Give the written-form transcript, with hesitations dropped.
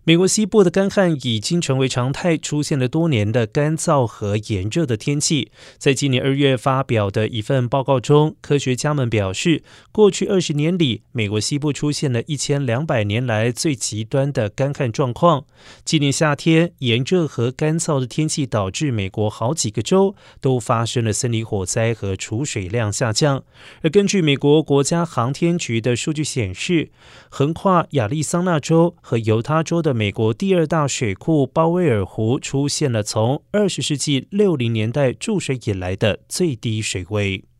美国西部的干旱已经成为常态，出现了多年的干燥和炎热的天气。在今年2月发表的一份报告中，科学家们表示，过去20年里，美国西部出现了1200年来最极端的干旱状况。今年夏天，炎热和干燥的天气导致美国好几个州都发生了森林火灾和储水量下降。而根据美国国家航天局的数据显示，横跨亚利桑那州和犹他州的美国第2大水库鲍威尔湖出现了从20世纪60年代注水以来的最低水位。